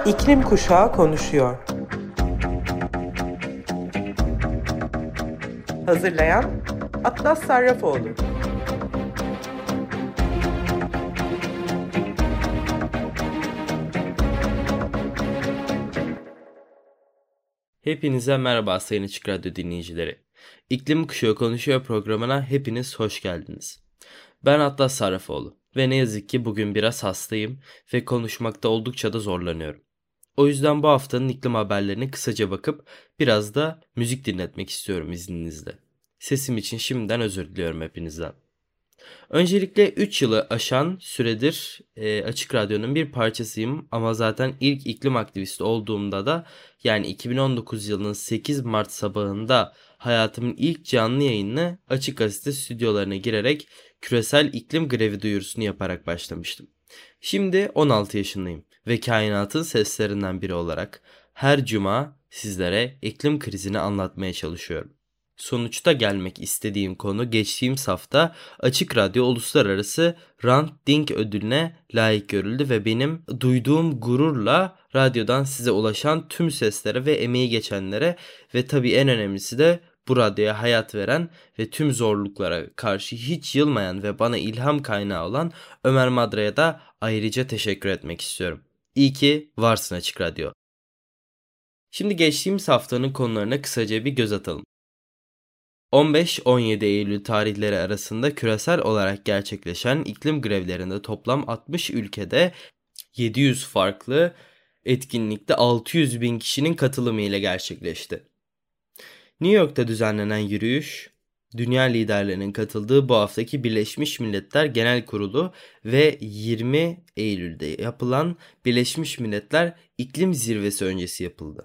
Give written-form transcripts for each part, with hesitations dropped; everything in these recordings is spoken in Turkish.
İklim Kuşağı konuşuyor. Hazırlayan Atlas Sarrafoğlu. Hepinize merhaba sayın Açık Radyo dinleyicileri. İklim Kuşağı konuşuyor programına hepiniz hoş geldiniz. Ben Atlas Sarrafoğlu ve ne yazık ki bugün biraz hastayım ve konuşmakta oldukça da zorlanıyorum. O yüzden bu haftanın iklim haberlerine kısaca bakıp biraz da müzik dinletmek istiyorum izninizle. Sesim için şimdiden özür diliyorum hepinizden. Öncelikle 3 yılı aşan süredir Açık Radyo'nun bir parçasıyım ama zaten ilk iklim aktivisti olduğumda da yani 2019 yılının 8 Mart sabahında hayatımın ilk canlı yayınını Açık Gazete stüdyolarına girerek küresel iklim grevi duyurusunu yaparak başlamıştım. Şimdi 16 yaşındayım ve kainatın seslerinden biri olarak her cuma sizlere iklim krizini anlatmaya çalışıyorum. Sonuçta gelmek istediğim konu geçtiğimiz hafta Açık Radyo Uluslararası Hrant Dink ödülüne layık görüldü ve benim duyduğum gururla radyodan size ulaşan tüm seslere ve emeği geçenlere ve tabii en önemlisi de bu radyoya hayat veren ve tüm zorluklara karşı hiç yılmayan ve bana ilham kaynağı olan Ömer Madra'ya da ayrıca teşekkür etmek istiyorum. İyi ki varsın Açık Radyo. Şimdi geçtiğimiz haftanın konularına kısaca bir göz atalım. 15-17 Eylül tarihleri arasında küresel olarak gerçekleşen iklim grevlerinde toplam 60 ülkede 700 farklı etkinlikte 600 bin kişinin katılımı ile gerçekleşti. New York'ta düzenlenen yürüyüş, dünya liderlerinin katıldığı bu haftaki Birleşmiş Milletler Genel Kurulu ve 20 Eylül'de yapılan Birleşmiş Milletler İklim Zirvesi öncesi yapıldı.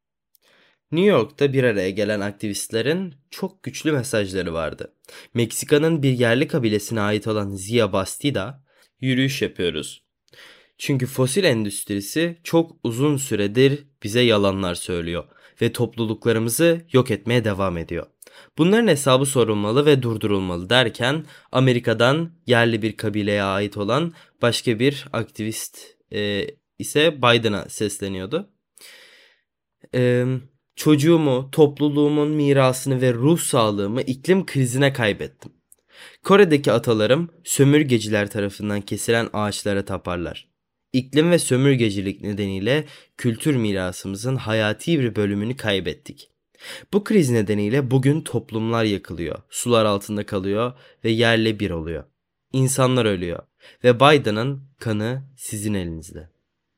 New York'ta bir araya gelen aktivistlerin çok güçlü mesajları vardı. Meksika'nın bir yerli kabilesine ait olan Zia Bastida, "Yürüyüş yapıyoruz. Çünkü fosil endüstrisi çok uzun süredir bize yalanlar söylüyor ve topluluklarımızı yok etmeye devam ediyor. Bunların hesabı sorulmalı ve durdurulmalı" derken Amerika'dan yerli bir kabileye ait olan başka bir aktivist ise Biden'a sesleniyordu. Çocuğumu, topluluğumun mirasını ve ruh sağlığımı iklim krizine kaybettim. Kore'deki atalarım sömürgeciler tarafından kesilen ağaçlara taparlar. İklim ve sömürgecilik nedeniyle kültür mirasımızın hayati bir bölümünü kaybettik. Bu kriz nedeniyle bugün toplumlar yakılıyor, sular altında kalıyor ve yerle bir oluyor. İnsanlar ölüyor ve Biden'ın kanı sizin elinizde.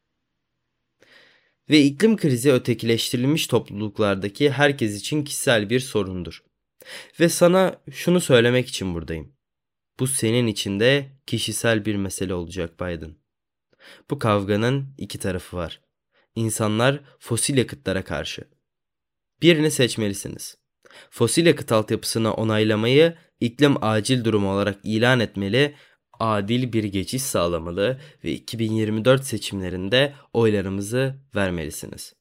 Ve iklim krizi ötekileştirilmiş topluluklardaki herkes için kişisel bir sorundur. Ve sana şunu söylemek için buradayım. Bu senin için de kişisel bir mesele olacak Biden. Bu kavganın iki tarafı var. İnsanlar fosil yakıtlara karşı. Birini seçmelisiniz. Fosil yakıt altyapısını onaylamayı iklim acil durumu olarak ilan etmeli, adil bir geçiş sağlamalı ve 2024 seçimlerinde oylarımızı vermelisiniz.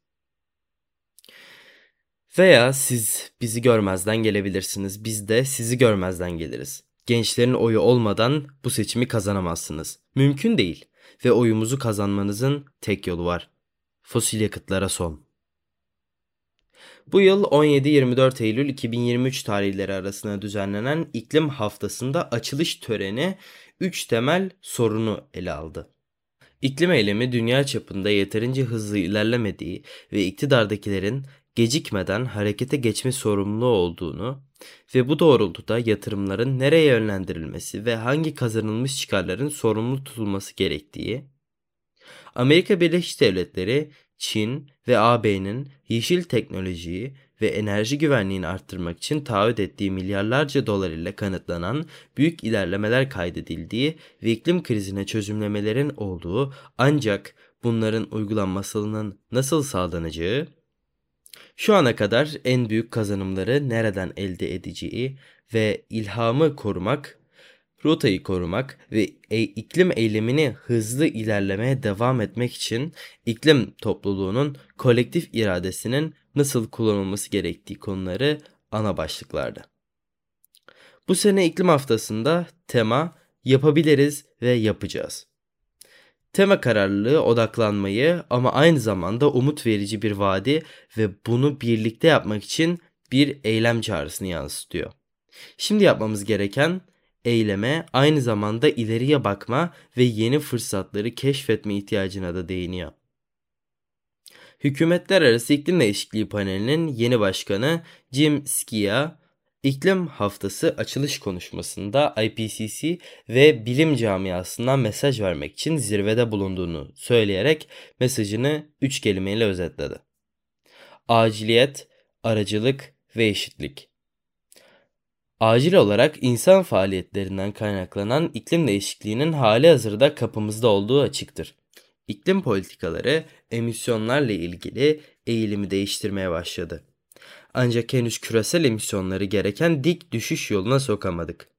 Veya siz bizi görmezden gelebilirsiniz, biz de sizi görmezden geliriz. Gençlerin oyu olmadan bu seçimi kazanamazsınız. Mümkün değil ve oyumuzu kazanmanızın tek yolu var. Fosil yakıtlara son. Bu yıl 17-24 Eylül 2023 tarihleri arasında düzenlenen iklim haftasında açılış töreni 3 temel sorunu ele aldı. İklim eylemi dünya çapında yeterince hızlı ilerlemediği ve iktidardakilerin gecikmeden harekete geçme sorumluluğu olduğunu ve bu doğrultuda yatırımların nereye yönlendirilmesi ve hangi kazanılmış çıkarların sorumlu tutulması gerektiği, Amerika Birleşik Devletleri, Çin ve AB'nin yeşil teknolojiyi ve enerji güvenliğini arttırmak için taahhüt ettiği milyarlarca dolar ile kanıtlanan büyük ilerlemeler kaydedildiği ve iklim krizine çözümlemelerin olduğu, ancak bunların uygulanmasının nasıl sağlanacağı, şu ana kadar en büyük kazanımları nereden elde edeceği ve ilhamı korumak, rotayı korumak ve iklim eylemini hızlı ilerlemeye devam etmek için iklim topluluğunun kolektif iradesinin nasıl kullanılması gerektiği konuları ana başlıklardı. Bu sene iklim haftasında tema yapabiliriz ve yapacağız. Tema kararlılığı odaklanmayı ama aynı zamanda umut verici bir vaadi ve bunu birlikte yapmak için bir eylem çağrısını yansıtıyor. Şimdi yapmamız gereken eyleme aynı zamanda ileriye bakma ve yeni fırsatları keşfetme ihtiyacına da değiniyor. Hükümetler Arası İklim Değişikliği Paneli'nin yeni başkanı Jim Sciacca, İklim Haftası açılış konuşmasında IPCC ve bilim camiasından mesaj vermek için zirvede bulunduğunu söyleyerek mesajını 3 kelimeyle özetledi. Aciliyet, aracılık ve eşitlik. Acil olarak insan faaliyetlerinden kaynaklanan iklim değişikliğinin halihazırda kapımızda olduğu açıktır. İklim politikaları emisyonlarla ilgili eğilimi değiştirmeye başladı. Ancak henüz küresel emisyonları gereken dik düşüş yoluna sokamadık.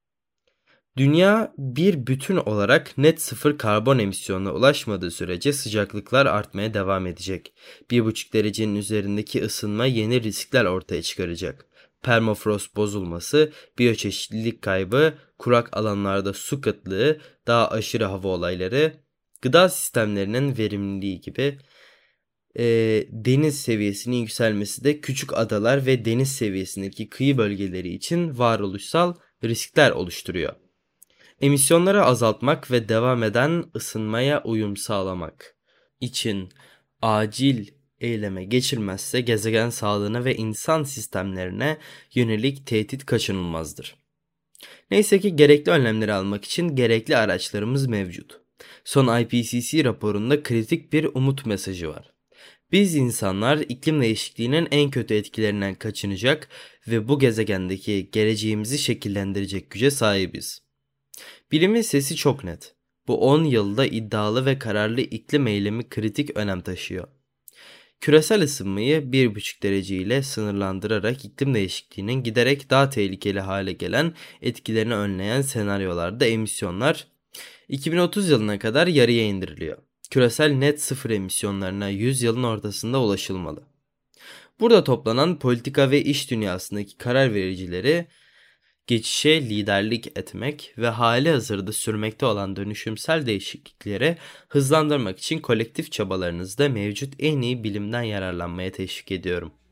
Dünya bir bütün olarak net sıfır karbon emisyonuna ulaşmadığı sürece sıcaklıklar artmaya devam edecek. 1,5 derecenin üzerindeki ısınma yeni riskler ortaya çıkaracak. Permafrost bozulması, biyoçeşitlilik kaybı, kurak alanlarda su kıtlığı, daha aşırı hava olayları, gıda sistemlerinin verimliliği gibi deniz seviyesinin yükselmesi de küçük adalar ve deniz seviyesindeki kıyı bölgeleri için varoluşsal riskler oluşturuyor. Emisyonları azaltmak ve devam eden ısınmaya uyum sağlamak için acil eyleme geçilmezse gezegen sağlığına ve insan sistemlerine yönelik tehdit kaçınılmazdır. Neyse ki gerekli önlemleri almak için gerekli araçlarımız mevcut. Son IPCC raporunda kritik bir umut mesajı var. Biz insanlar iklim değişikliğinin en kötü etkilerinden kaçınacak ve bu gezegendeki geleceğimizi şekillendirecek güce sahibiz. Bilimin sesi çok net. Bu 10 yılda iddialı ve kararlı iklim eylemi kritik önem taşıyor. Küresel ısınmayı 1,5 derece ile sınırlandırarak iklim değişikliğinin giderek daha tehlikeli hale gelen etkilerini önleyen senaryolarda emisyonlar 2030 yılına kadar yarıya indiriliyor. Küresel net sıfır emisyonlarına 100 yılın ortasında ulaşılmalı. Burada toplanan politika ve iş dünyasındaki karar vericileri geçişe liderlik etmek ve halihazırda sürmekte olan dönüşümsel değişikliklere hızlandırmak için kolektif çabalarınızda mevcut en iyi bilimden yararlanmaya teşvik ediyorum.